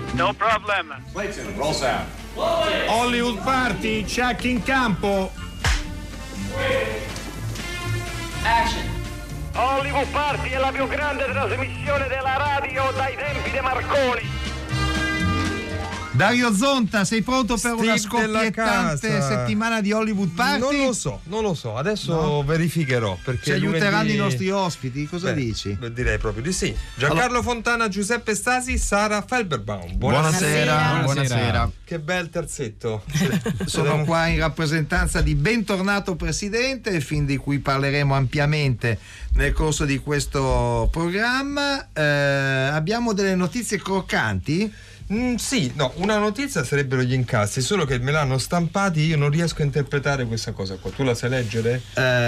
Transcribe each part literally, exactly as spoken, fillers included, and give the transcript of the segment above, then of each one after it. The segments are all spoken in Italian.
No problem. Clayton, roll sound. Hollywood Party, check in campo. Action. Hollywood Party è la più grande trasmissione della radio dai tempi di Marconi. Dario Zonta, sei pronto per Steve una scoppiettante settimana di Hollywood Party? Non lo so, non lo so, adesso no. verificherò perché ci aiuteranno lunedì... i nostri ospiti, cosa Beh, dici? Direi proprio di sì. Giancarlo allora... Fontana, Giuseppe Stasi, Sara Felberbaum. Buonasera. Buonasera. Buonasera. Che bel terzetto. Sono qua in rappresentanza di Bentornato Presidente, film di cui parleremo ampiamente nel corso di questo programma. Eh, abbiamo delle notizie croccanti? Mm, sì, no, una notizia sarebbero gli incassi, solo che me l'hanno stampati, io non riesco a interpretare questa cosa qua. Tu la sai leggere?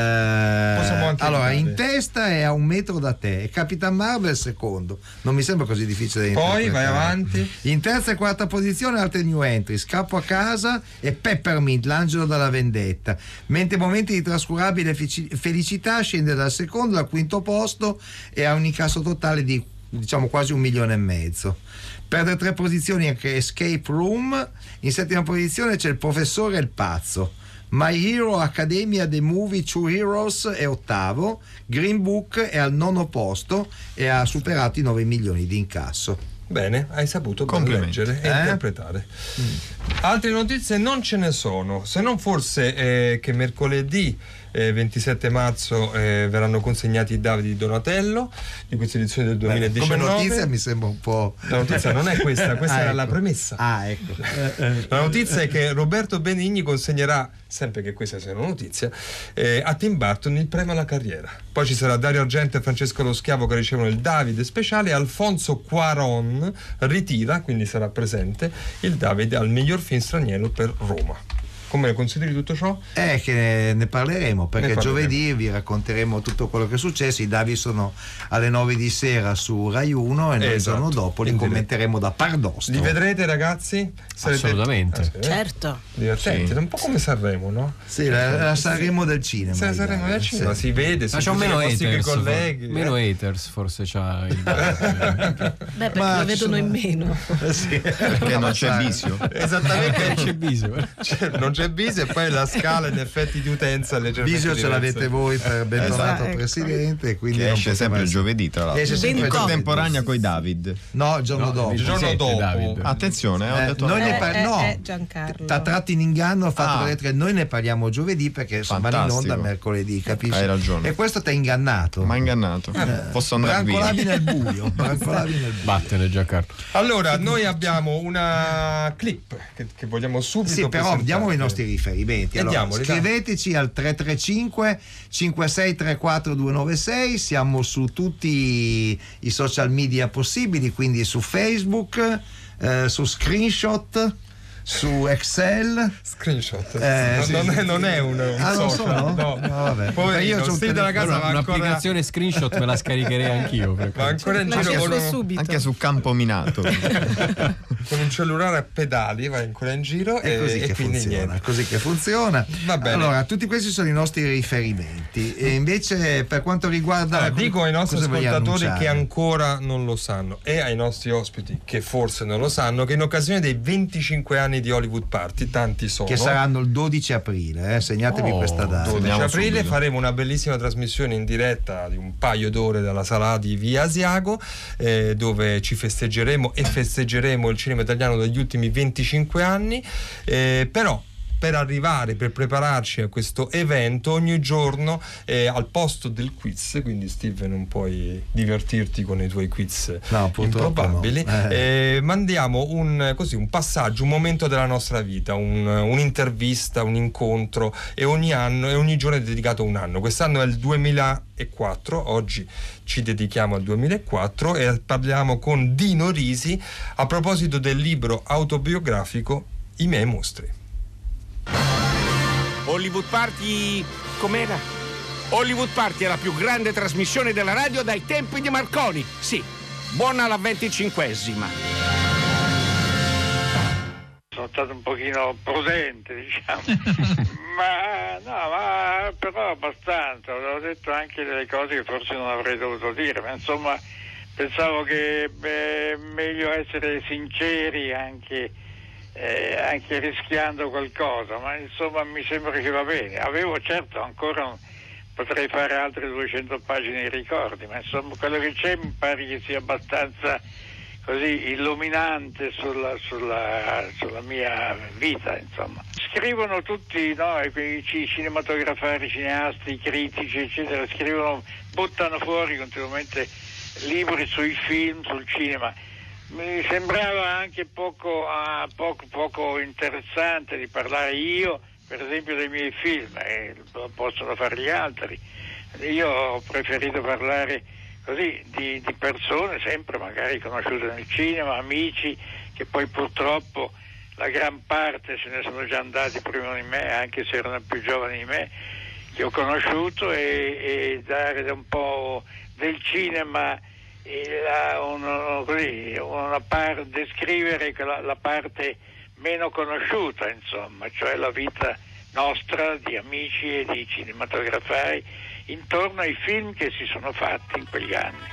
Eh, Possiamo anche allora, aiutare. in testa è a un metro da te, e Capitan Marvel secondo. Non mi sembra così difficile da Poi interpretare. vai avanti. In terza e quarta posizione altre new entry, Scappo a casa e Peppermint, l'angelo della vendetta. Mentre Momenti di trascurabile felicità scende dal secondo al quinto posto e ha un incasso totale di, diciamo, quasi un milione e mezzo. Perde tre posizioni anche Escape Room. In settima posizione c'è Il professore e il pazzo. My Hero Academia The Movie Two Heroes è ottavo. Green Book è al nono posto e ha superato i nove milioni di incasso. Bene, hai saputo ben leggere e eh? interpretare. Mm. Altre notizie non ce ne sono, se non forse eh, che mercoledì eh, ventisette marzo eh, verranno consegnati i Davide di Donatello di questa edizione del duemiladiciannove. Come notizia mi sembra un po'... La notizia non è questa, questa ah, era ecco. la premessa. Ah, ecco. La notizia è che Roberto Benigni consegnerà, sempre che questa sia una notizia, eh, a Tim Burton il premio alla carriera. Poi ci sarà Dario Argento e Francesco Lo Schiavo che ricevono il Davide speciale e Alfonso Cuarón ritira, quindi sarà presente, il Davide al miglior film straniero per Roma. Come lo consideri tutto ciò? Eh, che ne parleremo, perché ne parleremo. Giovedì vi racconteremo tutto quello che è successo. I Davi sono alle nove di sera su Rai uno e noi Esatto. il giorno dopo li In commenteremo da Pardostro. Li vedrete, ragazzi? Sarete... Assolutamente. Ah, sì. Certo. Divertenti, Sì. un po' come Sanremo, no? Sì, la, la Sanremo del cinema. Se la Sanremo del cinema sì. si vede, si Ma c'è un meno i haters, colleghi. for- meno eh. haters forse c'ha il Beh, perché Ma lo ci vedono sono- in meno. Eh, sì. Perché non c'è bisio. Esattamente, non c'è bisio. C'è- non c'è bisio e poi la scala in effetti di utenza leggermente Bisio ce diversa. l'avete voi per Bentornato Esatto. Presidente, quindi Che non esce poteva sempre il essere. giovedì, tra l'altro. Esce sempre il ventotto. giovedì. Contemporanea coi David. No, il giorno No, dopo. Il giorno ventisette, dopo. David. Attenzione, ho Eh, detto noi no. ne par- Eh, no, eh, Giancarlo. t'ha tratti in inganno, ha fatto Ah. vedere che noi ne parliamo giovedì perché insomma in Fantastico. onda mercoledì, capisci? Hai ragione. E questo ti ha ingannato. Ma ingannato. Posso andare Brancolavi via. nel buio, brancolavi nel buio. Vattene Giancarlo. Allora, noi abbiamo una clip che, che vogliamo subito Sì, però presentare. diamo i nostri riferimenti. Allora, Andiamoli, dai. scriveteci al tre tre cinque cinque sei tre quattro due nove sei, siamo su tutti i social media possibili, quindi su Facebook, eh, su Screenshot, su Excel. Screenshot. Eh, non, sì, non sì. è, non è un, un Ah, non social. sono? No, No, vabbè. Poverino, Io c'ho un Steve della casa Allora, va ancora, un'applicazione screenshot me la scaricherei anch'io. va ancora in La giro con cerco un, subito. Anche su campo minato. con un cellulare a pedali, va ancora in giro È e, così e che quindi funziona, niente. così che funziona. Va bene. Allora, tutti questi sono i nostri riferimenti. E invece, per quanto riguarda. Allora, dico ai nostri cosa voglio ascoltatori annunciare? che ancora non lo sanno e ai nostri ospiti che forse non lo sanno che in occasione dei venticinque anni di Hollywood Party, tanti sono, Che saranno il dodici aprile, eh? Segnatevi Oh, questa data. dodici Torniamo aprile subito. faremo una bellissima trasmissione in diretta di un paio d'ore dalla sala di Via Asiago, eh, dove ci festeggeremo e festeggeremo il cinema italiano degli ultimi venticinque anni, eh, però per arrivare, per prepararci a questo evento, ogni giorno eh, al posto del quiz, quindi Steve non puoi divertirti con i tuoi quiz No, purtroppo improbabili, no. Eh. eh, mandiamo un, così, un passaggio, un momento della nostra vita, un, un'intervista, un incontro, e ogni anno e ogni giorno è dedicato a un anno. Quest'anno è il duemilaquattro, oggi ci dedichiamo al duemilaquattro e parliamo con Dino Risi a proposito del libro autobiografico I miei mostri. Hollywood Party com'era? Hollywood Party è la più grande trasmissione della radio dai tempi di Marconi. Sì, buona la venticinquesima. Sono stato un pochino prudente, diciamo. ma no, ma però abbastanza. Ho detto anche delle cose che forse non avrei dovuto dire, ma insomma pensavo che è meglio essere sinceri anche, eh, anche rischiando qualcosa, ma insomma mi sembra che va bene. Avevo certo ancora un, potrei fare altre duecento pagine di ricordi, ma insomma quello che c'è mi pare che sia abbastanza così illuminante sulla, sulla, sulla mia vita, insomma. Scrivono tutti, no, i cinematografari, i cineasti, i critici, eccetera, scrivono, buttano fuori continuamente libri sui film, sul cinema. Mi sembrava anche poco, uh, poco, poco interessante di parlare io, per esempio, dei miei film, e lo possono fare gli altri. Io ho preferito parlare così di, di persone sempre magari conosciute nel cinema, amici che poi purtroppo la gran parte se ne sono già andati prima di me, anche se erano più giovani di me, che ho conosciuto, e, e dare un po' del cinema e la, uno, così, una par, descrivere la, la parte meno conosciuta, insomma, cioè la vita nostra di amici e di cinematografari intorno ai film che si sono fatti in quegli anni.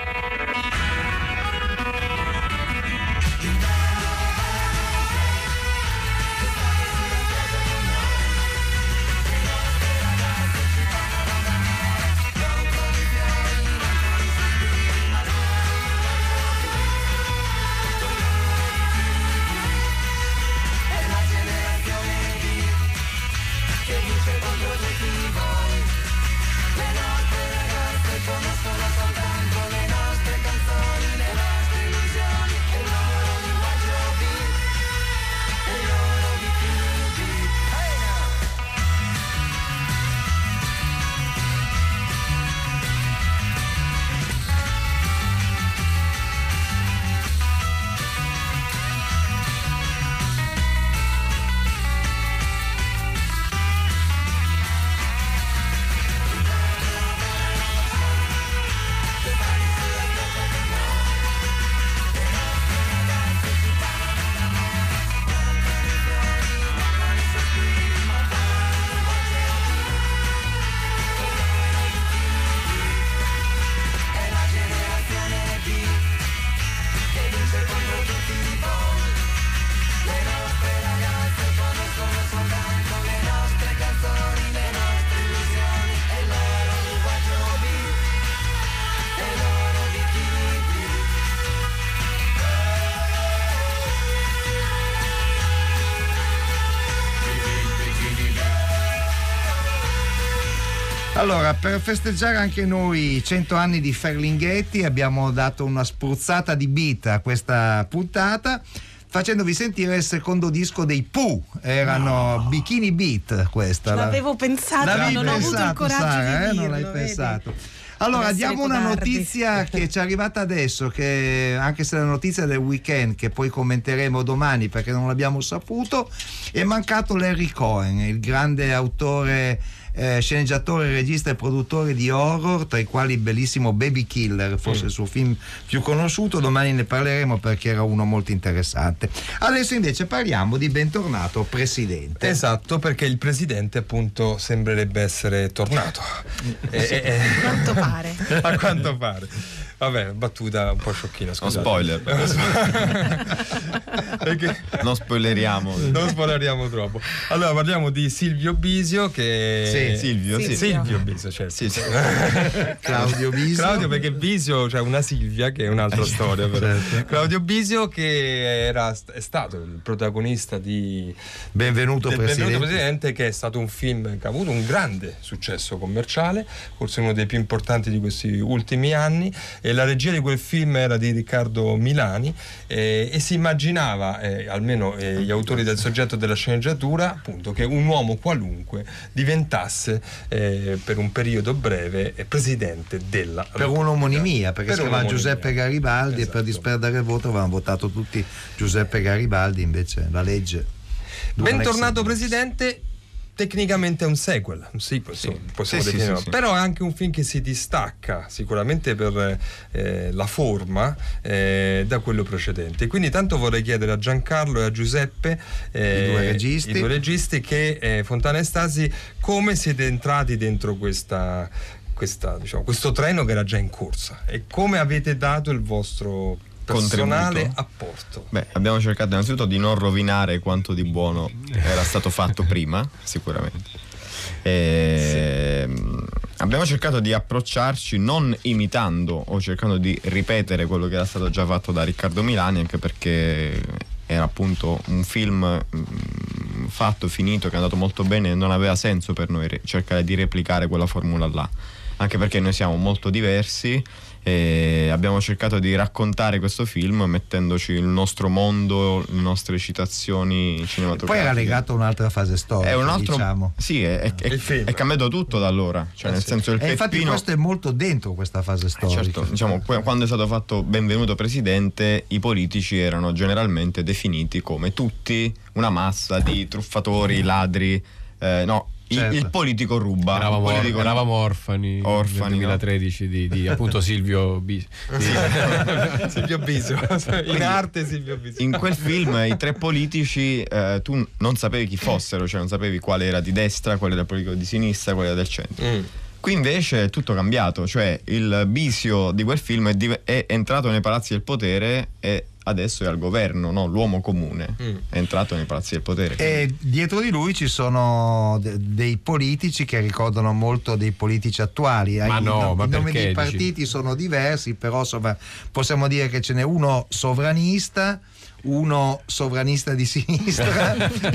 Allora, per festeggiare anche noi i cento anni di Ferlinghetti abbiamo dato una spruzzata di beat a questa puntata, facendovi sentire il secondo disco dei Pooh. Erano no. Bikini Beat, questa. L'avevo pensato, L'avevi ma non pensato, ho avuto il coraggio Sara, di eh? dirlo, Non l'hai vedi? pensato. Allora, diamo una codardi. notizia che ci è arrivata adesso, che anche se è la notizia del weekend, che poi commenteremo domani perché non l'abbiamo saputo, è mancato Larry Cohen, il grande autore, eh, sceneggiatore, regista e produttore di horror, tra i quali il bellissimo Baby Killer, forse mm. il suo film più conosciuto. Domani ne parleremo perché era uno molto interessante. Adesso invece parliamo di Bentornato Presidente. Esatto, perché il presidente appunto sembrerebbe essere tornato. e, e, A quanto pare. A quanto pare. Vabbè, battuta un po' sciocchina, No scusate. spoiler. Perché Non spoileriamo. non spoileriamo troppo. Allora parliamo di Silvio Bisio, che Sì, Silvio, sì. Silvio Bisio, certo. Sì, sì. Claudio Bisio. Claudio, perché Bisio c'è, cioè una Silvia che è un'altra storia però. Certo. Claudio Bisio, che era, è stato il protagonista di Benvenuto del Presidente. Benvenuto Presidente, che è stato un film che ha avuto un grande successo commerciale, forse uno dei più importanti di questi ultimi anni, e la regia di quel film era di Riccardo Milani, eh, e si immaginava, eh, almeno eh, gli autori del soggetto della sceneggiatura, appunto, che un uomo qualunque diventasse eh, per un periodo breve eh, presidente della Per un'omonimia, perché Per si chiama un'omonimia. Giuseppe Garibaldi, Esatto. e per disperdere il voto avevano votato tutti Giuseppe Garibaldi, invece la legge. Bentornato Presidente tecnicamente è un sequel, un sequel, Sì. insomma, possiamo Sì, sì, definirlo. sì, sì. Però è anche un film che si distacca sicuramente per eh, la forma eh, da quello precedente. Quindi tanto vorrei chiedere a Giancarlo e a Giuseppe, eh, I due registi. i due registi, che eh, Fontana e Stasi, come siete entrati dentro questa questa, diciamo, questo treno che era già in corsa, e come avete dato il vostro personale contributo. apporto? Beh, abbiamo cercato innanzitutto di non rovinare quanto di buono era stato fatto prima, sicuramente. E sì. Abbiamo cercato di approcciarci non imitando o cercando di ripetere quello che era stato già fatto da Riccardo Milani, anche perché era appunto un film mh, fatto, finito, che è andato molto bene, e non aveva senso per noi re- cercare di replicare quella formula là, anche perché noi siamo molto diversi e abbiamo cercato di raccontare questo film mettendoci il nostro mondo, le nostre citazioni cinematografiche. Poi era legato a un'altra fase storica, è un altro, diciamo. Sì, è, è, è, è cambiato tutto da allora, cioè eh nel sì. senso il E Peppino, infatti questo è molto dentro questa fase storica. eh certo, diciamo, quando è stato fatto Benvenuto Presidente, i politici erano generalmente definiti come tutti una massa di truffatori, ladri, eh, no, Certo. il, il politico ruba. Eravamo, il politico eravamo orfani, Orfani, nel duemilatredici di, di appunto Silvio Bis- di- Silvio Bisio, in arte Silvio Bisio. In quel film i tre politici eh, tu non sapevi chi fossero, cioè non sapevi quale era di destra, quale era il politico di sinistra, quale era del centro. Mm. Qui invece è tutto cambiato, cioè il Bisio di quel film è, div- è entrato nei palazzi del potere e adesso è al governo, no? L'uomo comune Mm. è entrato nei palazzi del potere. E dietro di lui ci sono de- dei politici che ricordano molto dei politici attuali. Ma I, no, no- ma i nomi perché dei dici? partiti sono diversi, però insomma possiamo dire che ce n'è uno sovranista, uno sovranista di sinistra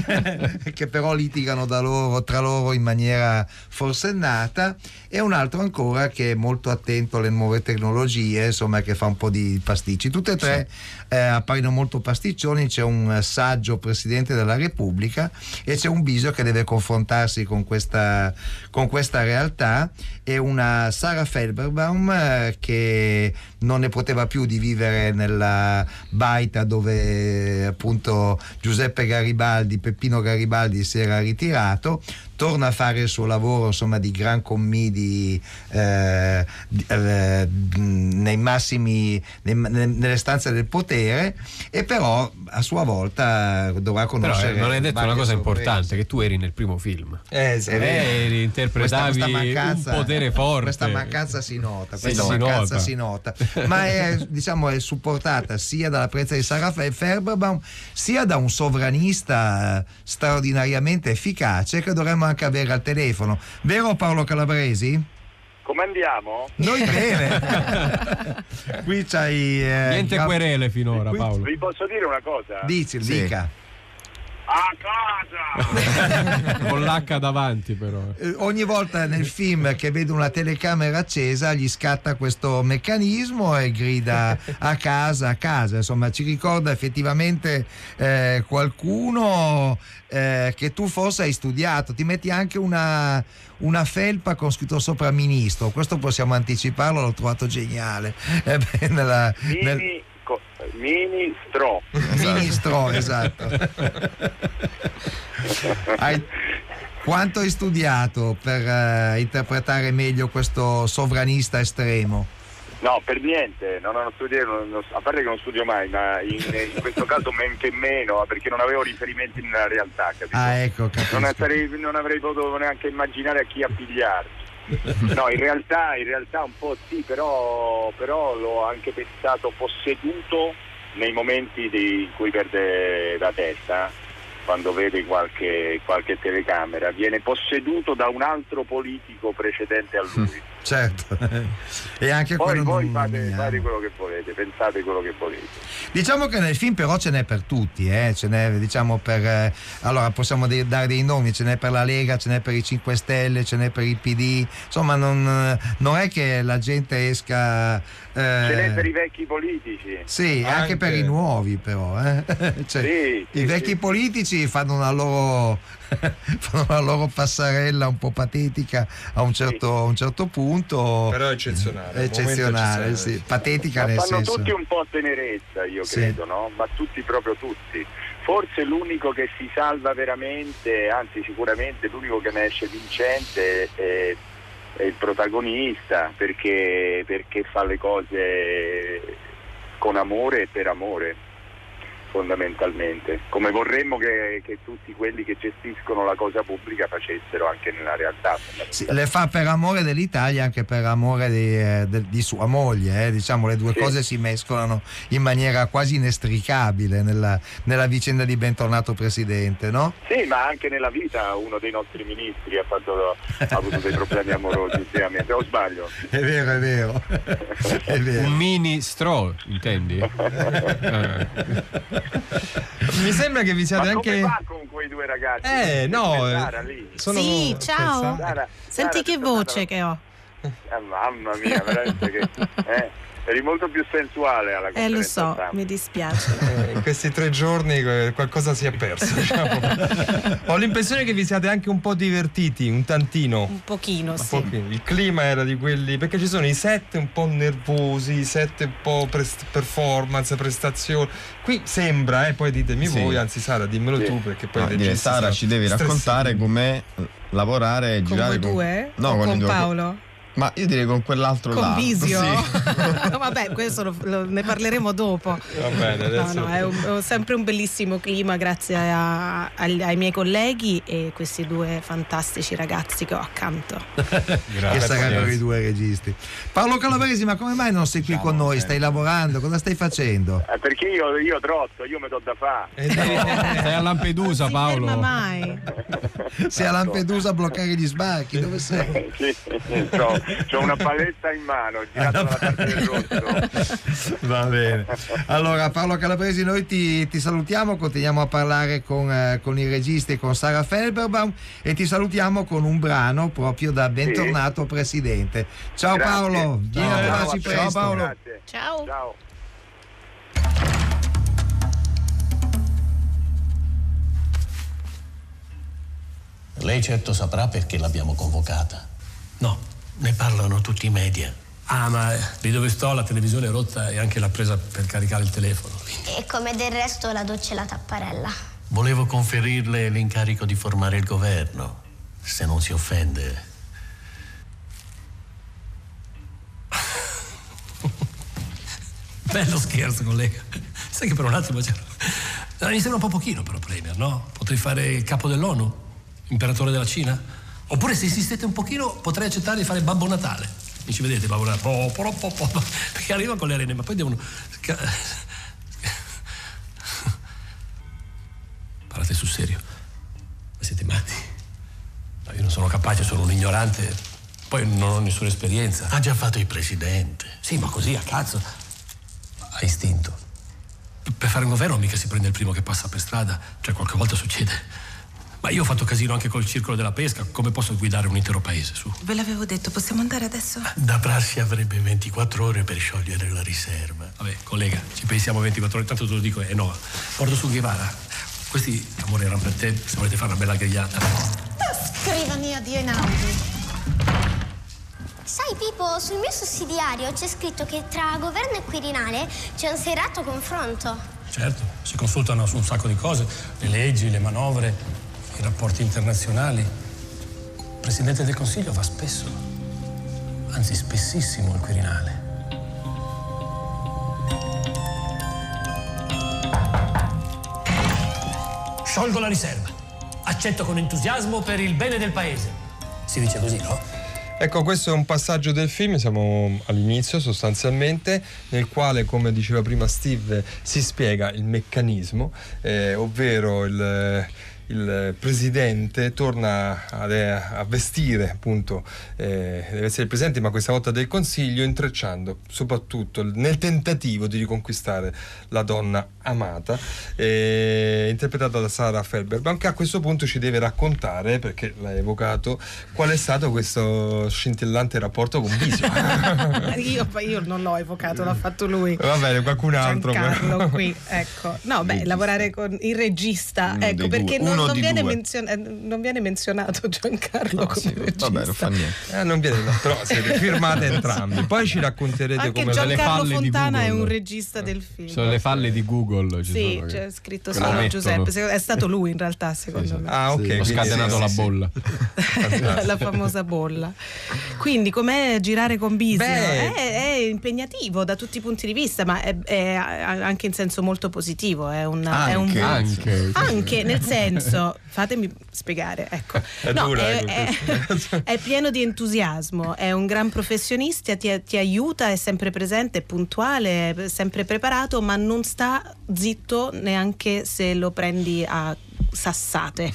che però litigano da loro, tra loro in maniera forsennata, e un altro ancora che è molto attento alle nuove tecnologie, insomma, che fa un po' di pasticci. Tutte e tre eh, appaiono molto pasticcioni. C'è un saggio Presidente della Repubblica e c'è un Bisio che deve confrontarsi con questa, con questa realtà, e una Sara Felberbaum eh, che non ne poteva più di vivere nella baita dove appunto Giuseppe Garibaldi, Peppino Garibaldi si era ritirato, torna a fare il suo lavoro, insomma, di gran commedi eh, eh, nei massimi nei, nelle stanze del potere, e però a sua volta dovrà conoscere. Però eh, non hai detto una cosa sorprese. importante, che tu eri nel primo film. Eh, esatto. Eh, eri, interpretavi Questa- questa mancanza- un potere forte. Questa mancanza si nota, Sì, questa si mancanza nota. si nota, ma è, diciamo, è supportata sia dalla presenza di Sara Fe- Felberbaum, sia da un sovranista eh, straordinariamente efficace che dovremmo anche avere al telefono. Vero Paolo Calabresi? Come andiamo? Noi bene. Qui c'hai eh, Niente Gab- querele finora, qui- Paolo. Vi posso dire una cosa? Dici, Sì. dica. A casa! Con l'H davanti, però. Eh, ogni volta nel film che vede una telecamera accesa gli scatta questo meccanismo e grida a casa, a casa. Insomma, ci ricorda effettivamente eh, qualcuno eh, che tu forse hai studiato. Ti metti anche una, una felpa con scritto sopra ministro. Questo possiamo anticiparlo, l'ho trovato geniale. Eh, beh, nella- nel- Mini, co- ministro. Ministro, esatto. Hai- quanto hai studiato per eh, interpretare meglio questo sovranista estremo? No, per niente, non ho studiato, non- non- a parte che non studio mai, ma in, in questo caso men che meno, perché non avevo riferimenti nella realtà, capito? Ah, ecco, capisco. non, sarei- non avrei potuto neanche immaginare a chi appigliarmi. No, in realtà, in realtà un po' sì, però, però l'ho anche pensato posseduto nei momenti di- in cui perde la testa, quando vede qualche, qualche telecamera, viene posseduto da un altro politico precedente a lui. Certo. E anche Poi quello voi non fate, nominiamo. fate quello che volete, pensate quello che volete. Diciamo che nel film però ce n'è per tutti, eh? Ce n'è, diciamo, per eh, allora possiamo de- dare dei nomi, ce n'è per la Lega, ce n'è per i cinque Stelle, ce n'è per il P D, insomma non, non è che la gente esca eh, Ce n'è per i vecchi politici. sì, anche, Anche. per i nuovi però, eh? Cioè, Sì, i sì, vecchi sì. politici fanno una loro fanno la loro passarella un po' patetica a un certo, a un certo punto, Però è eccezionale, è un momento eccezionale, eccezionale. sì. Patetica Ma nel fanno senso. tutti un po' tenerezza, io Sì. credo, no? Ma tutti, proprio tutti. Forse l'unico che si salva veramente, anzi sicuramente l'unico che ne esce vincente è, è il protagonista, perché, perché fa le cose con amore e per amore. fondamentalmente, come vorremmo che, che tutti quelli che gestiscono la cosa pubblica facessero anche nella realtà. Sì, le fa per amore dell'Italia, anche per amore di, eh, de, di sua moglie, eh. Diciamo le due sì. cose si mescolano in maniera quasi inestricabile nella, nella vicenda di Bentornato Presidente, no? Sì, ma anche nella vita uno dei nostri ministri ha, fatto, ha avuto dei problemi amorosi ultimamente, o sbaglio? È vero, è vero. È vero. Un ministro, intendi? Mi sembra che vi siate Ma anche. come va con quei due ragazzi? Eh no, Sara, lì? sono... Sì, ciao. Sara, Senti Sara, che voce che ho. Eh, mamma mia, veramente che eh, eri molto più sensuale alla Eh lo so, stampa. mi dispiace. Eh, in questi tre giorni eh, qualcosa si è perso, diciamo. Ho l'impressione che vi siate anche un po' divertiti, un tantino. Un pochino, Un sì. pochino. Il clima era di quelli, perché ci sono i set un po' nervosi, i set un po' prest- performance, prestazioni. Qui sembra, eh, poi ditemi Sì. voi, anzi Sara dimmelo Sì. tu, perché poi No, il dire, regista Sara, sarà ci devi raccontare stressante. com'è lavorare e Con girare voi due? No, o con, con i due- Paolo? Ma io direi con quell'altro Con là. Visio? Sì. Vabbè, questo lo, lo- ne parleremo dopo. Va bene, No, adesso no, è, un, è sempre un bellissimo clima grazie a- agli- ai miei colleghi e questi due fantastici ragazzi che ho accanto. Che sarebbero i due registi. Paolo Calabresi, ma come mai non sei qui con noi? Stai lavorando? Cosa stai facendo? Eh, perché io, io trotto, io mi do da fare. Eh, no. Stai a Lampedusa, Non si ferma Paolo. mai. Sei a Lampedusa a bloccare gli sbarchi? Dove sei? Sì, c'ho, c'ho una paletta in mano, girato dalla parte del rosso. Va bene. Allora Paolo Calabresi, noi ti, ti salutiamo, continuiamo a parlare con, eh, con i registi e con Sara Felberbaum e ti salutiamo con un brano proprio da Bentornato Presidente. Ciao Grazie. Paolo, vieni a Ciao, trovarci a presto. presto, Paolo. grazie. Ciao. Ciao. Lei certo saprà perché l'abbiamo convocata. No, ne parlano tutti i media. Ah, ma lì dove sto la televisione è rotta e anche la presa per caricare il telefono. E come del resto la doccia e la tapparella. Volevo conferirle l'incarico di formare il governo, se non si offende. Bello scherzo, collega. Sai che per un attimo c'era... No, mi sembra un po' pochino però, Premier, no? Potrei fare il capo dell'ONU, imperatore della Cina. Oppure se insistete un pochino potrei accettare di fare Babbo Natale. Mi ci vedete, Babbo Natale? Po, po, po, po, po. Perché arriva con le rene, ma poi devono... Parlate sul serio. Ma siete matti? No, io non sono capace, sono un ignorante. Poi non ho nessuna esperienza. Ha già fatto il presidente. Sì, ma così a cazzo. A istinto. Per fare un governo mica si prende il primo che passa per strada. Cioè, qualche volta succede. Ma io ho fatto casino anche col circolo della pesca. Come posso guidare un intero paese, su? Ve l'avevo detto, possiamo andare adesso? Da Prassi avrebbe ventiquattro ore per sciogliere la riserva. Vabbè, collega, ci pensiamo ventiquattro ore, tanto te lo dico, eh no. Porto su Guevara. Questi, amore, erano per te, se volete fare una bella grigliata. Scrivania di Einaudi. Sai Pippo, sul mio sussidiario c'è scritto che tra governo e Quirinale c'è un serrato confronto. Certo, si consultano su un sacco di cose, le leggi, le manovre, i rapporti internazionali. Il Presidente del Consiglio va spesso, anzi spessissimo al Quirinale. Sciolgo la riserva. Accetto con entusiasmo per il bene del paese. Si dice così, no? Ecco, questo è un passaggio del film, siamo all'inizio sostanzialmente, nel quale, come diceva prima Steve, si spiega il meccanismo, eh, ovvero il, il presidente torna a, a vestire, appunto, eh, deve essere il presidente, ma questa volta del Consiglio, intrecciando soprattutto nel tentativo di riconquistare la donna amata, eh, interpretata da Sara Felberbaum, che a questo punto ci deve raccontare, perché l'ha evocato, qual è stato questo scintillante rapporto con Visio. io, io non l'ho evocato, l'ha fatto lui. Va bene, qualcun altro Giancarlo però. qui, ecco. No, beh, lavorare con il regista, Uno ecco, dei perché due. noi uno non di viene due. menzion- eh, non viene menzionato Giancarlo No, come sì, regista. vabbè, non fa niente. Eh, non viene, no, però siete firmate entrambi. Poi ci racconterete Anche come Giancarlo falle di Fontana è Google. un regista del film. Sono le falle di Google. Ci Sì, sono, c'è che- scritto che lo solo mettono. Giuseppe. Secondo- È stato lui in realtà, secondo me. Ah, ok. Ho quindi scatenato sì, la sì, bolla. La famosa bolla. Quindi com'è girare con Bisio? Beh. È, è impegnativo da tutti i punti di vista, ma è, è anche in senso molto positivo. È un, è un- Anche. Anche. anche nel senso, fatemi spiegare, ecco. È No, dura, è, eh, è- è pieno di entusiasmo, è un gran professionista, ti, ti aiuta, è sempre presente, è puntuale, è sempre preparato, ma non sta zitto neanche se lo prendi a sassate.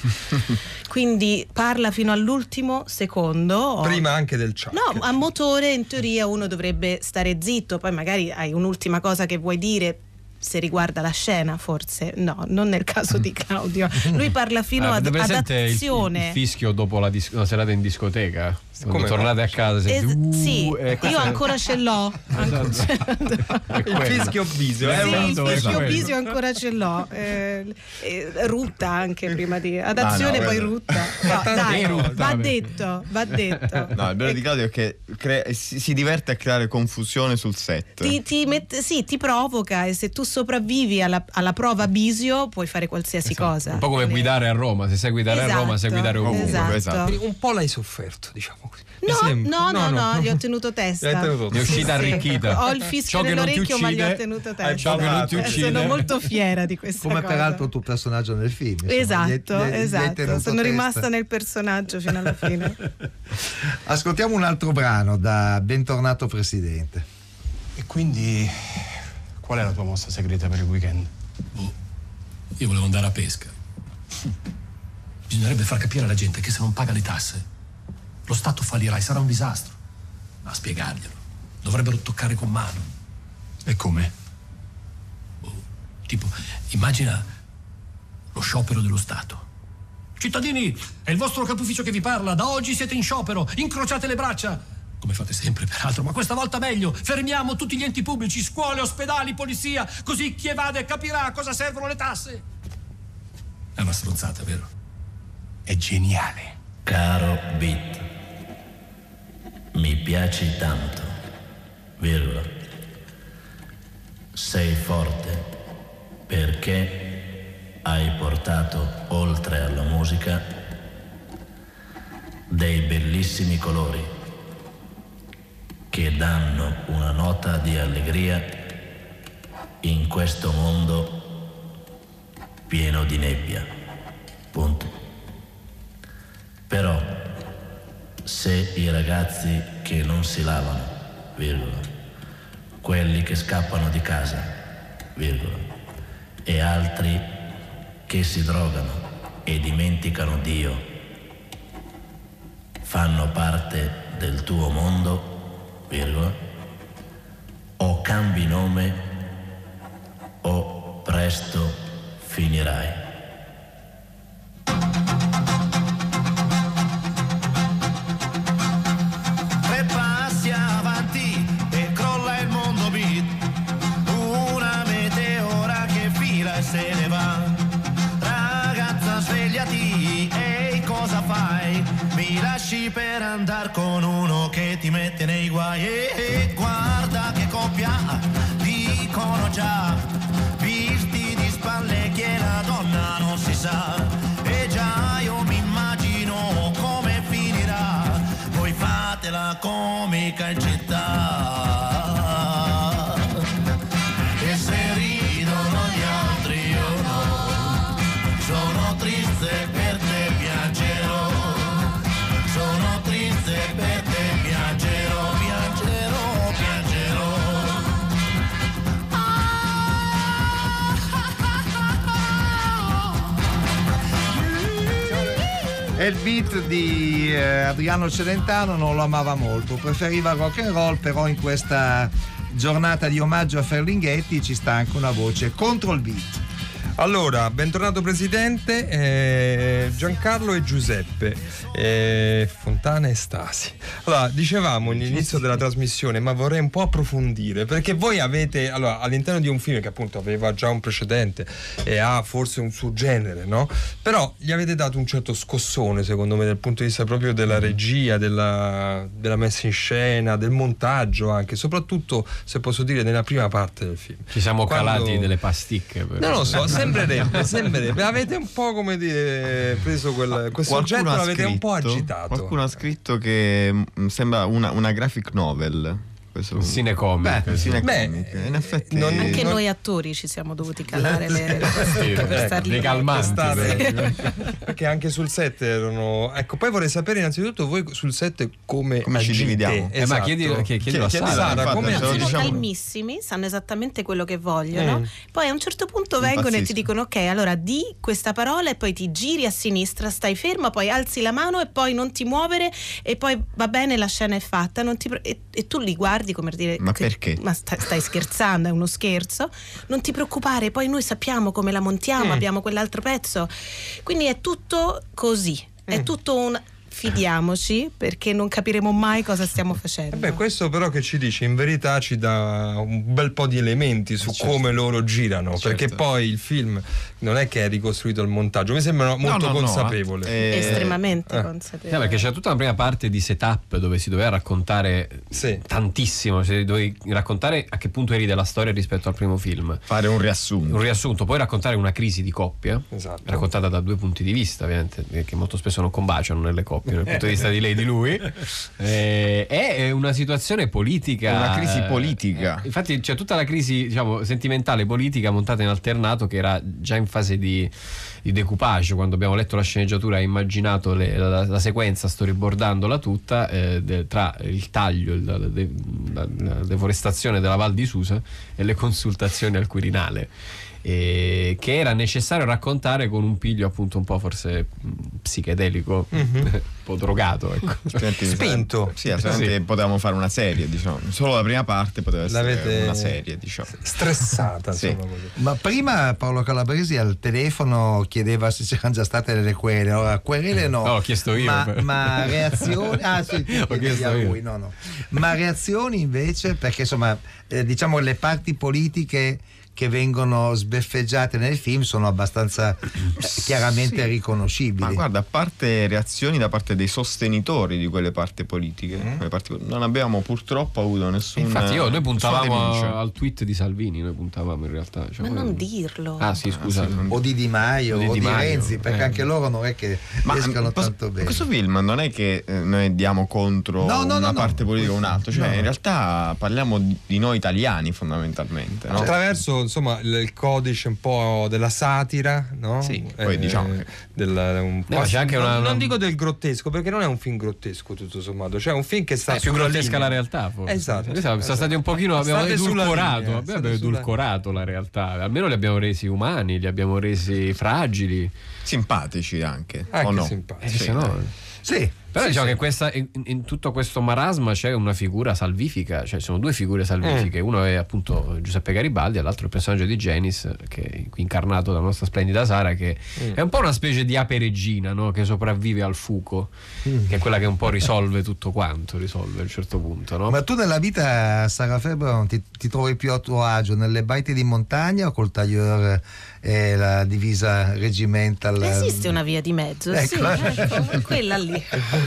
Quindi parla fino all'ultimo secondo. Prima anche del ciao. No, a motore in teoria uno dovrebbe stare zitto, poi magari hai un'ultima cosa che vuoi dire se riguarda la scena, forse. No, non nel caso di Claudio. Lui parla fino Ah, ad, avete ad presente il- azione. Il, fischio dopo la, dis- la serata in discoteca? Quando Come no? tornate a casa Es- sentite, sì, "Uh", eh, io questo è- ancora ce l'ho. Ancora ce l'ho. è Il quello. fischio Bisio, eh, Sì, il Esatto, è fischio quello. Bisio ancora ce l'ho. Eh, eh, rutta anche prima di ad azione, Ah, no, poi quello- rutta. No, dai, rutta, va vabbè. detto, va detto. No, il bello di Claudio è che crea- si, si diverte a creare confusione sul set. Ti, ti mette, sì, ti provoca, e se tu sopravvivi alla, alla prova Bisio puoi fare qualsiasi cosa. Un po' come guidare a Roma, se sai guidare a Roma, sai Esatto, guidare ovunque. esatto. esatto. Quindi un po' l'hai sofferto, diciamo così. Mi No, sembra. no, no, no, gli ho tenuto testa. Gli hai tenuto È uscita Sì, sì. arricchita. Ho il fischio Ciò che non ti nell'orecchio, ma gli ho uccide, tenuto hai testa. ciò che non ti Eh, uccide. Sono molto fiera di questa Come cosa. peraltro il tuo personaggio nel film. insomma, Esatto, gli hai- gli hai- gli hai esatto. tenuto Sono testa. rimasta nel personaggio fino alla fine. Ascoltiamo un altro brano da Bentornato Presidente. E quindi qual è la tua mossa segreta per il weekend? Boh, io volevo andare a pesca. Bisognerebbe far capire alla gente che se non paga le tasse lo Stato fallirà e sarà un disastro. Ma a spiegarglielo dovrebbero toccare con mano. E come? Boh, tipo, immagina lo sciopero dello Stato. Cittadini, è il vostro capo ufficio che vi parla. Da oggi siete in sciopero. Incrociate le braccia. Come fate sempre, peraltro, ma questa volta meglio. Fermiamo tutti gli enti pubblici, scuole, ospedali, polizia. Così chi evade capirà a cosa servono le tasse. È una stronzata, vero? È geniale. Caro Beat, mi piaci tanto, virgola. Sei forte perché hai portato oltre alla musica dei bellissimi colori che danno una nota di allegria in questo mondo pieno di nebbia. Punto. Però se i ragazzi che non si lavano, virgola, quelli che scappano di casa, virgola, e altri che si drogano e dimenticano Dio fanno parte del tuo mondo, virgola, o cambi nome o presto finirai. Tre passi avanti e crolla il mondo beat, una meteora che fila e se ne va. Ragazza svegliati, ehi cosa fai? Mi lasci per andar con uno che ti mette nei guai. E guarda che coppia, dicono già, visti di spalle che la donna non si sa. E già io mi immagino come finirà, voi fate la comica in città. E se ridono gli altri io no, sono triste per te piangerò, sono triste per te piangerò, piangerò, piangerò. E il beat di eh, Adriano Celentano non lo amava molto, preferiva rock and roll, però in questa giornata di omaggio a Ferlinghetti ci sta anche una voce contro il beat. Allora, bentornato Presidente, eh, Giancarlo e Giuseppe, eh, Fontana e Stasi. Allora, dicevamo all'inizio della trasmissione, ma vorrei un po' approfondire, perché voi avete, allora, all'interno di un film che appunto aveva già un precedente e ha forse un suo genere, no? Però gli avete dato un certo scossone, secondo me, dal punto di vista proprio della regia, della, della messa in scena, del montaggio anche, soprattutto, se posso dire, nella prima parte del film. Ci siamo Quando... calati delle pasticche. Per... Non lo so, sembrerebbe, sembrerebbe. Avete un po', come dire, preso quel, questo oggetto, l'avete un po' agitato. Qualcuno ha scritto che mh, sembra una, una graphic novel. Questo... Cinecomic. Beh, cinecomic. In effetti non, anche non... noi attori ci siamo dovuti calare le, le pasticche per star lì. Calmanti, perché anche sul set erano. Ecco, poi vorrei sapere innanzitutto voi sul set come, come ci dividiamo. Esatto. Eh, ma chiedi, chiedi, chiedi a Sara, Sara come sono diciamo... calmissimi, sanno esattamente quello che vogliono. Mm. Poi a un certo punto vengono Impazzisco. e ti dicono: ok, allora di questa parola e poi ti giri a sinistra, stai ferma, poi alzi la mano e poi non ti muovere e poi va bene, la scena è fatta, non ti pre- e, e tu li guardi come per dire: ma perché? Ma stai, stai scherzando, è uno scherzo, non ti preoccupare, poi noi sappiamo come la montiamo, Mm. abbiamo quell'altro pezzo, quindi è tutto così, è Mm. tutto un fidiamoci, perché non capiremo mai cosa stiamo facendo. Beh, questo però che ci dice, in verità ci dà un bel po' di elementi su certo. come loro girano, Certo. perché poi il film non è che è ricostruito il montaggio, mi sembra molto no, no, consapevole. No, eh, estremamente eh. consapevole. Eh, perché c'è tutta una prima parte di setup dove si doveva raccontare Sì. tantissimo, cioè dovevi raccontare a che punto eri della storia rispetto al primo film. Fare un riassunto. Un riassunto, poi raccontare una crisi di coppia, Esatto. raccontata da due punti di vista, ovviamente, che molto spesso non combaciano nelle coppie, dal punto di vista di lei e di lui. Eh, è una situazione politica. Una crisi politica. Eh, infatti c'è tutta la crisi, diciamo, sentimentale politica montata in alternato, che era già in fase di, di decoupage. Quando abbiamo letto la sceneggiatura e immaginato le, la, la sequenza, storyboardandola tutta, eh, de, tra il taglio, il, la, de, la, la deforestazione della Val di Susa e le consultazioni al Quirinale. E che era necessario raccontare con un piglio appunto un po' forse psichedelico, mm-hmm. un po' drogato, ecco. Spinto. Sì, assolutamente sì. Potevamo fare una serie, diciamo. Solo la prima parte poteva essere L'avete una serie, diciamo. Stressata, sì. insomma, così. Ma prima Paolo Calabresi al telefono chiedeva se c'erano già state delle querele. Allora, querele no. No, l'ho chiesto io. Ma, per... ma reazioni. Ah, sì, l'ho chiesto a io. lui, no, no. Ma reazioni invece, perché insomma, eh, diciamo le parti politiche che vengono sbeffeggiate nel film sono abbastanza chiaramente sì. riconoscibili. Ma guarda, a parte reazioni da parte dei sostenitori di quelle parti politiche, mm. quelle parti, non abbiamo purtroppo avuto nessun. Infatti io noi puntavamo al tweet di Salvini, noi puntavamo in realtà. Cioè, ma non dirlo. Ah sì, scusa. Ah, sì, non... O di Di Maio o di, o di Maio, Renzi, perché eh. anche loro non è che ma escano posso, tanto bene. Questo film non è che eh, noi diamo contro no, no, una no, parte no. politica o un'altra, cioè no. in realtà parliamo di, di noi italiani fondamentalmente, no? Attraverso insomma il codice un po' della satira, no? Sì, poi diciamo che... del, un no, c'è anche non, una, non una... dico del grottesco, perché non è un film grottesco tutto sommato, cioè un film che sta è più sulla grottesca linea. la realtà, forse. Esatto, noi siamo, esatto. siamo stati un pochino, abbiamo State sulla edulcorato, linea, abbiamo state edulcorato sulla... la realtà, almeno li abbiamo resi umani, li abbiamo resi fragili, simpatici anche, anche o no? simpatici. Eh, se no... Sì. Però sì, diciamo sì. che questa, in, in tutto questo marasma c'è una figura salvifica, cioè sono due figure salvifiche, mm. uno è appunto Giuseppe Garibaldi e l'altro è il personaggio di Janice, che è qui incarnato dalla nostra splendida Sara, che mm. è un po' una specie di ape regina, no? Che sopravvive al fuoco, mm. che è quella che un po' risolve tutto quanto, risolve a un certo punto, no? Ma tu nella vita, Sara Febbro, ti, ti trovi più a tuo agio nelle baite di montagna o col tagliore e la divisa regimental? Esiste una via di mezzo, ecco. sì, ecco, quella lì.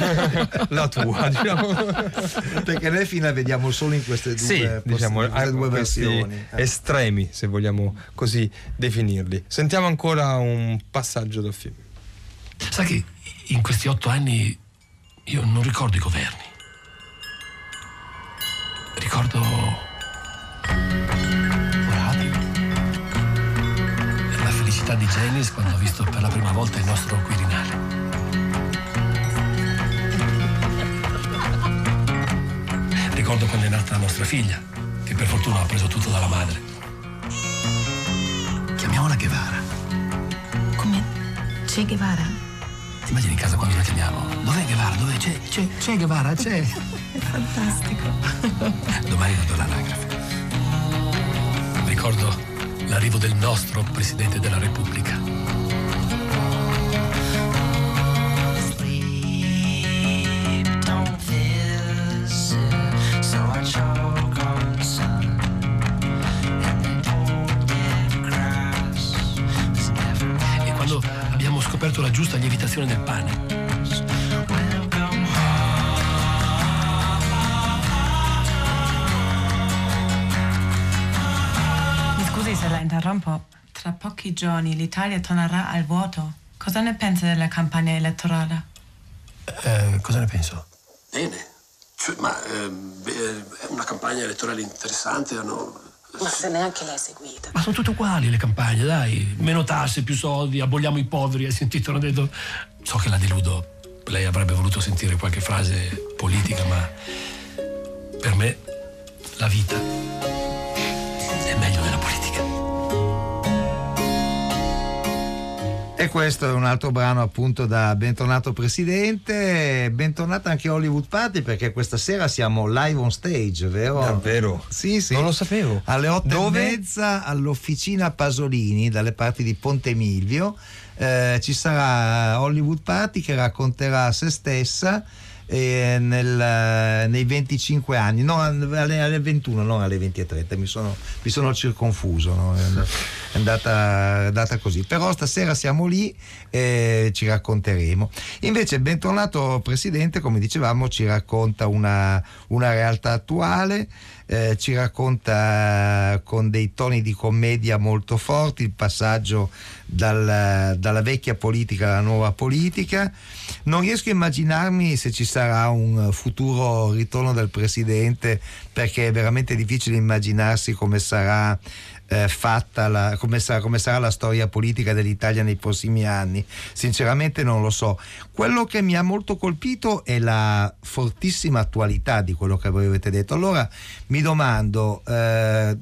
La tua, diciamo. Perché noi fino vediamo solo in queste due, sì, diciamo, in queste due versioni estremi, se vogliamo così definirli. Sentiamo ancora un passaggio del film. Sai che in questi otto anni io non ricordo i governi, ricordo radio, la felicità di Janice quando ho visto per la prima volta il nostro Quirinale. Ricordo quando è nata la nostra figlia, che per fortuna ha preso tutto dalla madre. Chiamiamola Guevara. Come? Che Guevara? Ti immagini in casa quando la chiamiamo? Dov'è Guevara? Dov'è? C'è, c'è, c'è Guevara, c'è. È fantastico. Domani vado all'anagrafe. Ricordo l'arrivo del nostro Presidente della Repubblica. E quando abbiamo scoperto la giusta lievitazione del pane, scusi se la interrompo. Tra pochi giorni l'Italia tornerà al voto. Cosa ne pensa della campagna elettorale? Eh, cosa ne penso? Bene, cioè, ma eh, è una campagna elettorale interessante, hanno... Ma se neanche l'hai seguita. Ma sono tutte uguali le campagne, dai. Meno tasse, più soldi, aboliamo i poveri. Hai sentito? Hanno detto. So che la deludo. Lei avrebbe voluto sentire qualche frase politica, ma per me la vita è meglio della politica. E questo è un altro brano appunto da Bentornato Presidente. Bentornata anche Hollywood Party, perché questa sera siamo live on stage, vero? Davvero? Sì, sì. Non lo sapevo. Alle otto Dove? e mezza all'Officina Pasolini, dalle parti di Ponte Milvio. Eh, ci sarà Hollywood Party che racconterà se stessa eh, nel, nei venticinque anni, no, alle, alle ventuno, non alle venti e trenta, mi sono, mi sono circonfuso, no? È andata, è andata così. Però stasera siamo lì e ci racconteremo. Invece Bentornato Presidente, come dicevamo, ci racconta una, una realtà attuale. Eh, ci racconta con dei toni di commedia molto forti il passaggio dal, dalla vecchia politica alla nuova politica. Non riesco a immaginarmi se ci sarà un futuro ritorno del presidente, perché è veramente difficile immaginarsi come sarà Eh, fatta la, come, sarà, come sarà la storia politica dell'Italia nei prossimi anni. Sinceramente non lo so. Quello che mi ha molto colpito è la fortissima attualità di quello che voi avete detto. Allora mi domando eh,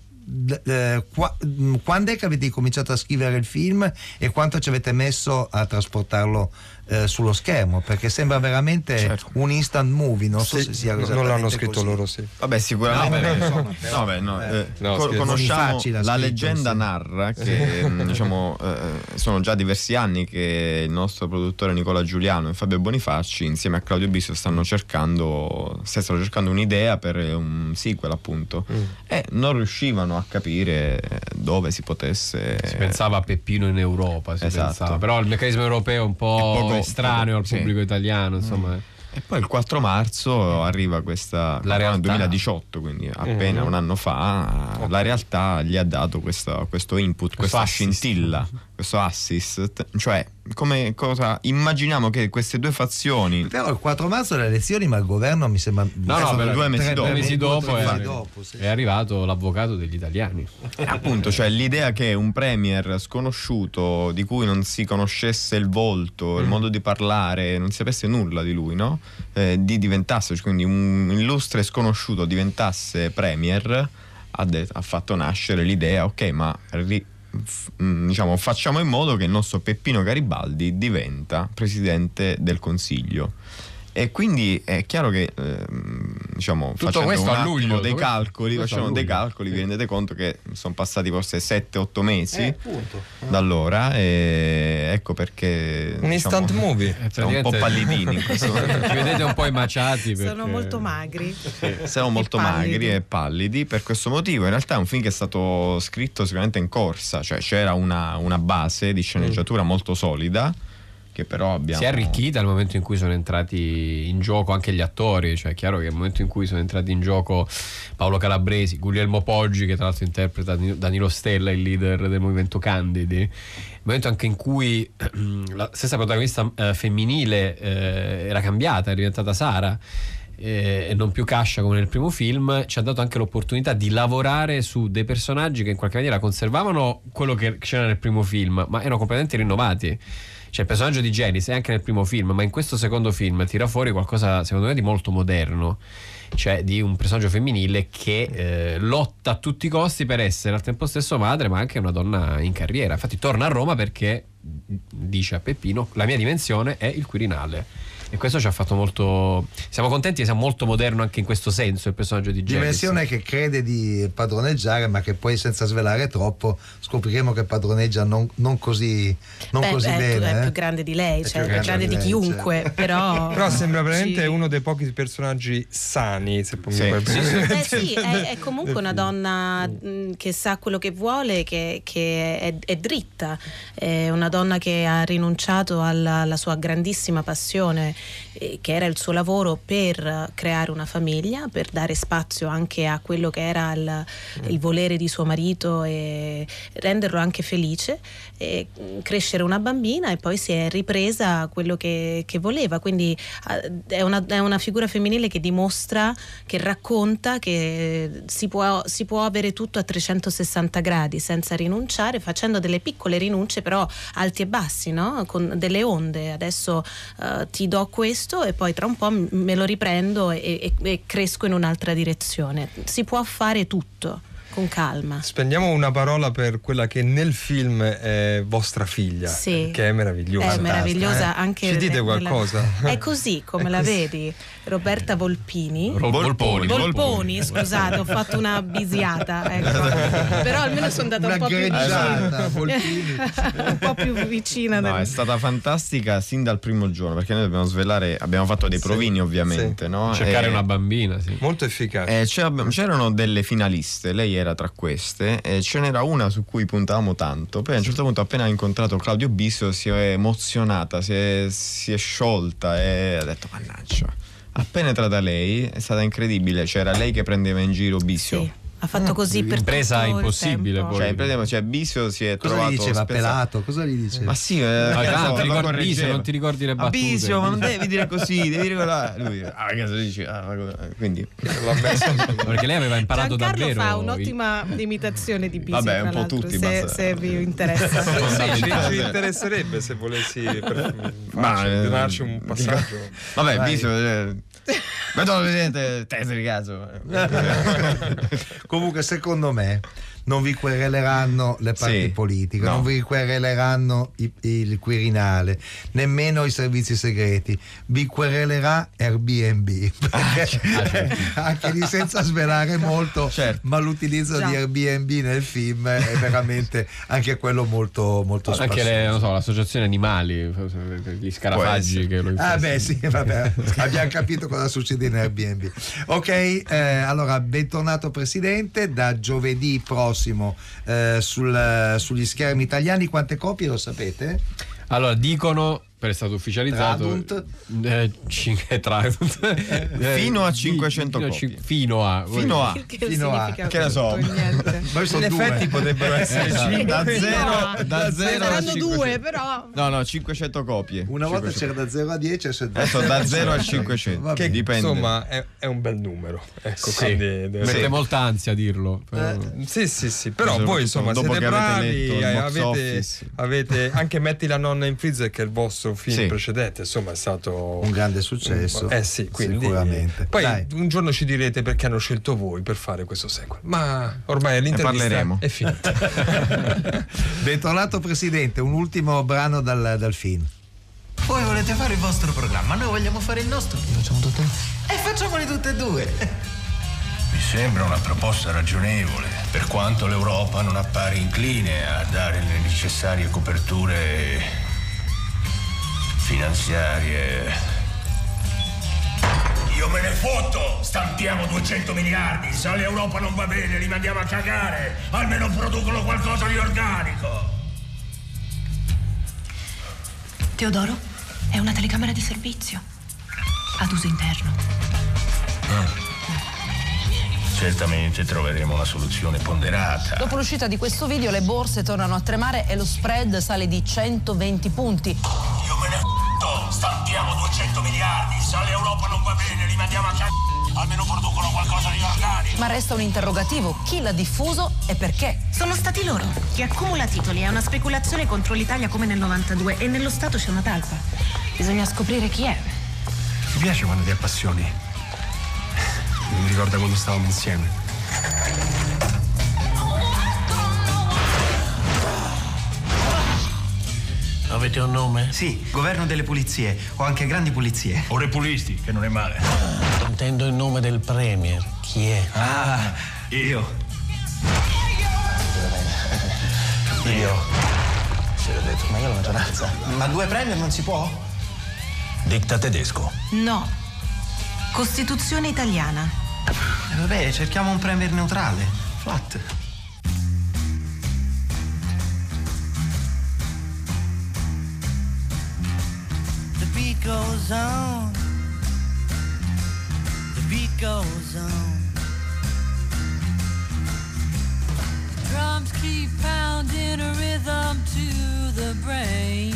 eh, qua, quando è che avete cominciato a scrivere il film e quanto ci avete messo a trasportarlo eh, sullo schermo, perché sembra veramente certo. un instant movie. Non so sì, se sia non l'hanno scritto così. Loro, sì. Vabbè, sicuramente. No, beh, insomma, però, no, beh, no, eh, eh, no, co- conosciamo facile, la scritto, leggenda sì. narra che diciamo eh, sono già diversi anni che il nostro produttore Nicola Giuliano e Fabio Bonifacci insieme a Claudio Bisio stanno cercando stanno cercando un'idea per un sequel, appunto, mm. e non riuscivano a capire dove si potesse. Si pensava a Peppino in Europa, si esatto. pensava. Però il meccanismo europeo è un po' poco, estraneo poco, al pubblico sì. italiano, insomma. Mm. E poi il quattro marzo arriva questa, la realtà. duemiladiciotto, quindi appena mm. un anno fa, okay. La realtà gli ha dato questo, questo input, questo questa assist. scintilla, questo assist, cioè come cosa immaginiamo che queste due fazioni. Però il quattro marzo le elezioni, ma il governo mi sembra no, no, per due mesi tre, dopo, due mesi dopo, è, dopo sì. è arrivato l'avvocato degli italiani. E appunto, cioè l'idea che un premier sconosciuto di cui non si conoscesse il volto, il mm. modo di parlare, non si sapesse nulla di lui, no? Eh, di diventasse, quindi un illustre sconosciuto diventasse premier, ha, de- ha fatto nascere l'idea, ok, ma ri- f- diciamo facciamo in modo che il nostro Peppino Garibaldi diventa presidente del Consiglio. E quindi è chiaro che eh, diciamo tutto facendo questo un a luglio, dei calcoli, facendo dei luglio. calcoli, vi rendete conto che sono passati forse sette otto mesi eh, da allora, e ecco perché un diciamo, instant movie. siamo un po' pallidini in questo momento. Ci vedete un po' emaciati perché... Sono molto magri. Sì. Siamo molto magri e pallidi per questo motivo. In realtà è un film che è stato scritto sicuramente in corsa, cioè c'era una, una base di sceneggiatura mm. molto solida, che però abbiamo... si è arricchita nel momento in cui sono entrati in gioco anche gli attori, cioè è chiaro che nel momento in cui sono entrati in gioco Paolo Calabresi, Guglielmo Poggi, che tra l'altro interpreta Danilo Stella, il leader del movimento Candidi, nel momento anche in cui la stessa protagonista eh, femminile eh, era cambiata, è diventata Sara eh, e non più Cascia come nel primo film, ci ha dato anche l'opportunità di lavorare su dei personaggi che in qualche maniera conservavano quello che c'era nel primo film, ma erano completamente rinnovati. Cioè il personaggio di Janice è anche nel primo film, ma in questo secondo film tira fuori qualcosa secondo me di molto moderno, cioè di un personaggio femminile che eh, lotta a tutti i costi per essere al tempo stesso madre, ma anche una donna in carriera. Infatti torna a Roma perché dice a Peppino: la mia dimensione è il Quirinale. e questo ci ha fatto molto, siamo contenti e siamo molto moderno anche in questo senso il personaggio di Janis. Dimensione che crede di padroneggiare, ma che poi senza svelare troppo scopriremo che padroneggia non, non così, non Beh, così è, bene. è eh? più grande di lei, È cioè più è più grande di lei, chiunque, cioè. però Però sembra veramente sì. uno dei pochi personaggi sani, se puoi Sì. mi Sì, permettere. beh, sì, è, è comunque una donna mh, che sa quello che vuole, che, che è, è dritta, è una donna che ha rinunciato alla, alla sua grandissima passione, eh, che era il suo lavoro, per creare una famiglia, per dare spazio anche a quello che era il, il volere di suo marito e renderlo anche felice, e crescere una bambina, e poi si è ripresa quello che, che voleva. Quindi eh, è una, è una figura femminile che dimostra, che racconta che si può, si può avere tutto a trecentosessanta gradi senza rinunciare, facendo delle piccole rinunce però alti e bassi, no? Con delle onde. Adesso eh, ti do questo e poi tra un po' me lo riprendo e, e, e cresco in un'altra direzione. Si può fare tutto con calma. Spendiamo una parola per quella che nel film è vostra figlia, Sì. che è meravigliosa. È meravigliosa Eh? anche Ci dite nella- qualcosa? È così come la vedi, Roberta Volpini. Vol- Volponi. Volponi, scusate, ho fatto una bisiata, ecco. Però almeno sono andata un po' più Una vicina. Un po' più vicina. No, del- è stata fantastica sin dal primo giorno, perché noi dobbiamo svelare, abbiamo fatto dei provini ovviamente, sì. no? Cercare E- una bambina, sì. Molto efficace. Eh, c'era- c'erano delle finaliste, lei era tra queste, e ce n'era una su cui puntavamo tanto. Poi a un certo punto, appena ha incontrato Claudio Bisio, si è emozionata, si è, si è sciolta e ha detto: mannaggia. Appena entrata lei è stata incredibile, c'era lei che prendeva in giro Bisio. Sì, ha fatto così per Impresa tutto il impossibile, tempo. poi. Cioè, praticamente, cioè, Bisio si è Cosa trovato gli diceva? spezzato. Pelato? Cosa gli diceva? Ma sì, eh, Ah, che ah, so, ti lo ricordi correggeva. Bisio, non ti ricordi le Ah, battute. Bisio, ma non devi dire così, devi dire quella. Lui, ah, che cosa dici? Ah, ma cosa- quindi Perché lei aveva imparato Giancarlo davvero. fa un'ottima imitazione di Bisio, Vabbè, tra un po' l'altro, tutti, se, basta. se vi interessa. Sì, ci, ci interesserebbe se volessi per, Ma, farci, eh, donarci un passaggio. Vabbè, Vai. Bisio, eh, vedo il presidente, testa di cazzo. Comunque, secondo me non vi quereleranno le parti Sì, politiche, no. non vi quereleranno i- il Quirinale, nemmeno i servizi segreti, vi querelerà Airbnb, perché anche lì, senza svelare molto, Certo. ma l'utilizzo Già. di Airbnb nel film è veramente anche quello molto molto Anche spassoso. le, non so, l'associazione animali, gli scarafaggi che lo Ah infestano. beh sì, vabbè, abbiamo capito cosa succede in Airbnb. Ok, eh, allora bentornato Presidente, da giovedì prossimo eh, sul- sugli schermi italiani. Quante copie lo sapete? Allora, dicono, per è stato ufficializzato, Tradunt? eh, cin- Tradunt, eh, Fino a di- cinquecento fino a copie. cin- fino a Fino a Che Fino a- significa che ne so. tutto e niente. Noi sono In due. effetti potrebbero essere Esatto. cinque. da Fino zero, a- da zero a saranno cinquecento. due, però. No, no, cinquecento copie. Una volta cinquecento. c'era da zero a dieci, adesso è da, Adesso da zero a cinquecento. Va Che bene. dipende. Insomma, è, è un bel numero. Ecco, Sì. quindi deve- Mette Sì. molta ansia a dirlo. però- Sì, sì, sì, però Soprattutto voi insomma dopo siete che avete bravi, letto il eh, box avete, office. avete anche Metti la nonna in freezer, che è il vostro film Sì. precedente, insomma è stato un grande successo. Eh sì, quindi sicuramente. Poi Dai. un giorno ci direte perché hanno scelto voi per fare questo sequel, ma ormai l'intervista parleremo. è finita. Bentornato Presidente, un ultimo brano dal, dal film. Voi volete fare il vostro programma, noi vogliamo fare il nostro. Facciamo tutte e facciamoli tutte e due. Mi sembra una proposta ragionevole, per quanto l'Europa non appare incline a dare le necessarie coperture finanziarie. Io me ne fotto! Stampiamo duecento miliardi! Se all'Europa non va bene, li mandiamo a cagare! Almeno producono qualcosa di organico! Teodoro, è una telecamera di servizio. Ad uso interno. Certamente troveremo una soluzione ponderata. Dopo l'uscita di questo video le borse tornano a tremare e lo spread sale di centoventi punti. Io me ne fotto! Stampiamo duecento miliardi! Se all'Europa non va bene, li mandiamo a cagare! Almeno producono qualcosa di organico! Ma resta un interrogativo: chi l'ha diffuso e perché? Sono stati loro. Chi accumula titoli è una speculazione contro l'Italia come nel novantadue e nello Stato c'è una talpa. Bisogna scoprire chi è. Mi piace quando ti appassioni. Mi ricorda quando stavamo insieme. Avete un nome? Sì, governo delle pulizie. Ho anche grandi pulizie. O repulisti, che non è male. Intendo il nome del premier. Chi è? Ah, io. Io. Se l'ho detto, ma io la maggioranza. Ma due premier non si può? Dicta tedesco. No. Costituzione italiana. Eh, vabbè, cerchiamo un premier neutrale. Flat. The beat goes on. The beat goes on. The drums keep pounding a rhythm to the brain.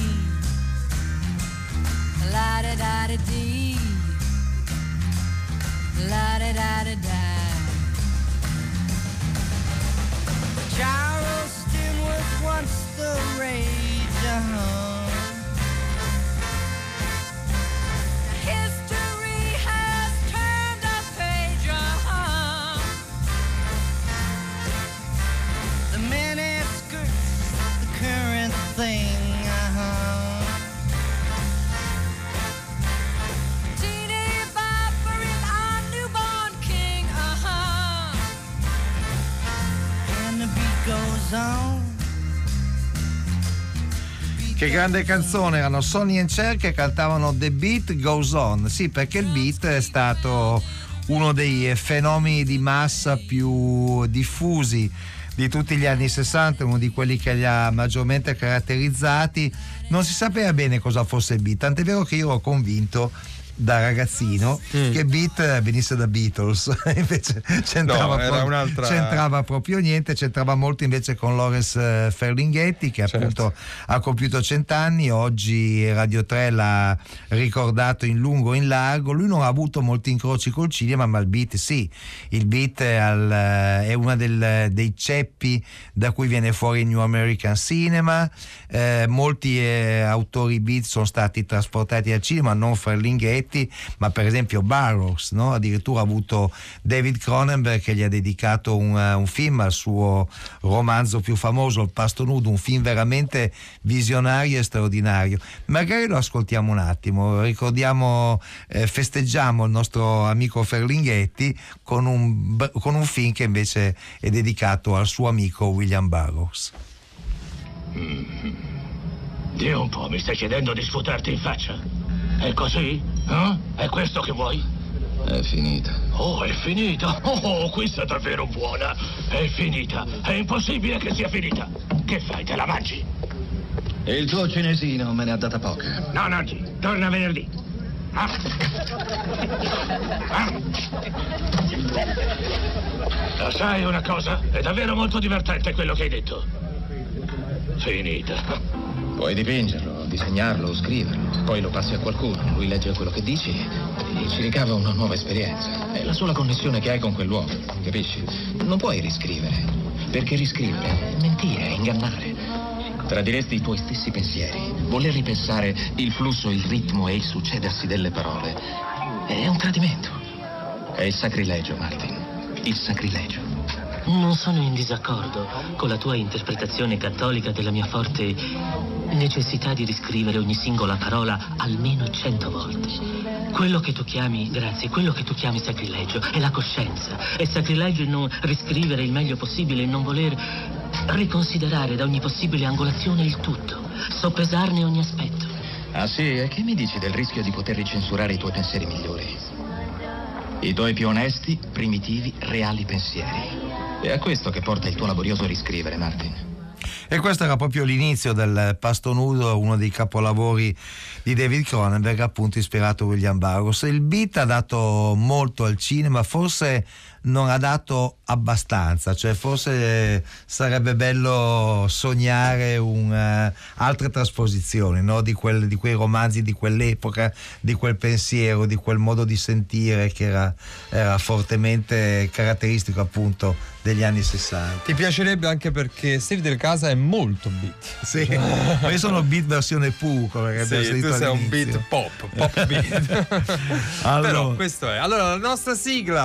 La da da da dee. La da da da da. Charleston was once the rage, uh-huh. History has turned a page, uh-huh. The miniskirt's the current thing, uh-huh. Teeny bopper is our newborn king, uh-huh. And the beat goes on. Che grande canzone, erano Sonny and Cher che cantavano The Beat Goes On. Sì, perché il beat è stato uno dei fenomeni di massa più diffusi di tutti gli anni sessanta, uno di quelli che li ha maggiormente caratterizzati. Non si sapeva bene cosa fosse il beat, tant'è vero che io ero convinto da ragazzino mm. che beat venisse da Beatles, invece c'entrava, no, era proprio, un'altra... c'entrava proprio niente, c'entrava molto invece con Lawrence Ferlinghetti, che certo. appunto ha compiuto cent'anni. Oggi Radio tre l'ha ricordato in lungo e in largo. Lui non ha avuto molti incroci col cinema, ma il beat sì, il beat è, al, è uno dei ceppi da cui viene fuori il New American Cinema. Eh, molti eh, autori beat sono stati trasportati al cinema, non Ferlinghetti, ma per esempio Burroughs, no? Addirittura ha avuto David Cronenberg che gli ha dedicato un, uh, un film al suo romanzo più famoso, Il pasto nudo, un film veramente visionario e straordinario. Magari lo ascoltiamo un attimo, ricordiamo, eh, festeggiamo il nostro amico Ferlinghetti con un, con un film che invece è dedicato al suo amico William Burroughs. Mm. Dio un po', mi stai chiedendo di sputarti in faccia? È così? Eh? È questo che vuoi? È finita. Oh, è finita? Oh, questa è davvero buona. È finita. È impossibile che sia finita. Che fai, te la mangi? Il tuo cinesino me ne ha data poca. Non oggi, torna venerdì. Ah. Ah. Lo sai una cosa? È davvero molto divertente quello che hai detto. Finita. Puoi dipingerlo, disegnarlo, scriverlo, poi lo passi a qualcuno, lui legge quello che dici e ci ricava una nuova esperienza. È la sola connessione che hai con quell'uomo, capisci? Non puoi riscrivere, perché riscrivere è mentire, è ingannare. Tradiresti i tuoi stessi pensieri. Voler ripensare il flusso, il ritmo e il succedersi delle parole è un tradimento. È il sacrilegio, Martin, il sacrilegio. Non sono in disaccordo con la tua interpretazione cattolica della mia forte necessità di riscrivere ogni singola parola almeno cento volte. Quello che tu chiami, grazie, quello che tu chiami sacrilegio è la coscienza. È sacrilegio il non riscrivere il meglio possibile, il non voler riconsiderare da ogni possibile angolazione il tutto, soppesarne ogni aspetto. Ah sì? E che mi dici del rischio di poter ricensurare i tuoi pensieri migliori? I tuoi più onesti, primitivi, reali pensieri. È a questo che porta il tuo laborioso riscrivere, Martin. E questo era proprio l'inizio del Pasto nudo, uno dei capolavori di David Cronenberg, appunto ispirato a William Burroughs. Il beat ha dato molto al cinema, forse non ha dato abbastanza, cioè forse sarebbe bello sognare un, uh, altre trasposizioni, no? di, quel, di quei romanzi di quell'epoca, di quel pensiero, di quel modo di sentire che era, era fortemente caratteristico appunto degli anni sessanta. Ti piacerebbe anche perché Steve Del Casa è molto beat. Sì, ma io sono beat versione Pooh, come sì, tu sei un beat pop, pop beat. Allora. Però questo è. Allora la nostra sigla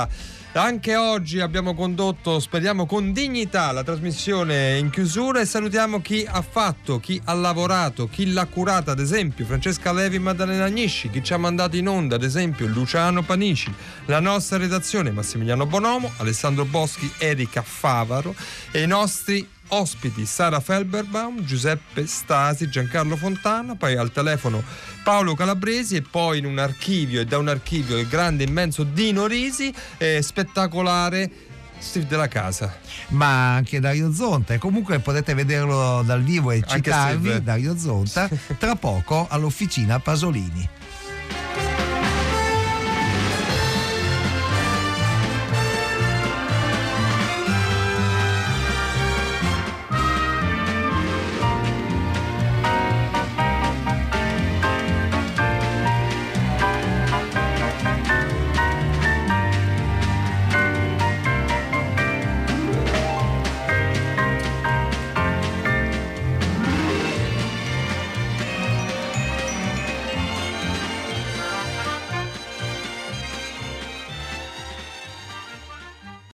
Anche oggi abbiamo condotto, speriamo con dignità, la trasmissione in chiusura e salutiamo chi ha fatto, chi ha lavorato, chi l'ha curata, ad esempio Francesca Levi e Maddalena Agnisci, chi ci ha mandato in onda, ad esempio Luciano Panici, la nostra redazione Massimiliano Bonomo, Alessandro Boschi, Erika Favaro e i nostri ospiti Sara Felberbaum, Giuseppe Stasi, Giancarlo Fontana, poi al telefono Paolo Calabresi e poi in un archivio e da un archivio il grande immenso Dino Risi, eh, spettacolare Steve Della Casa, ma anche Dario Zonta, e comunque potete vederlo dal vivo e citarvi Dario Zonta tra poco all'Officina Pasolini.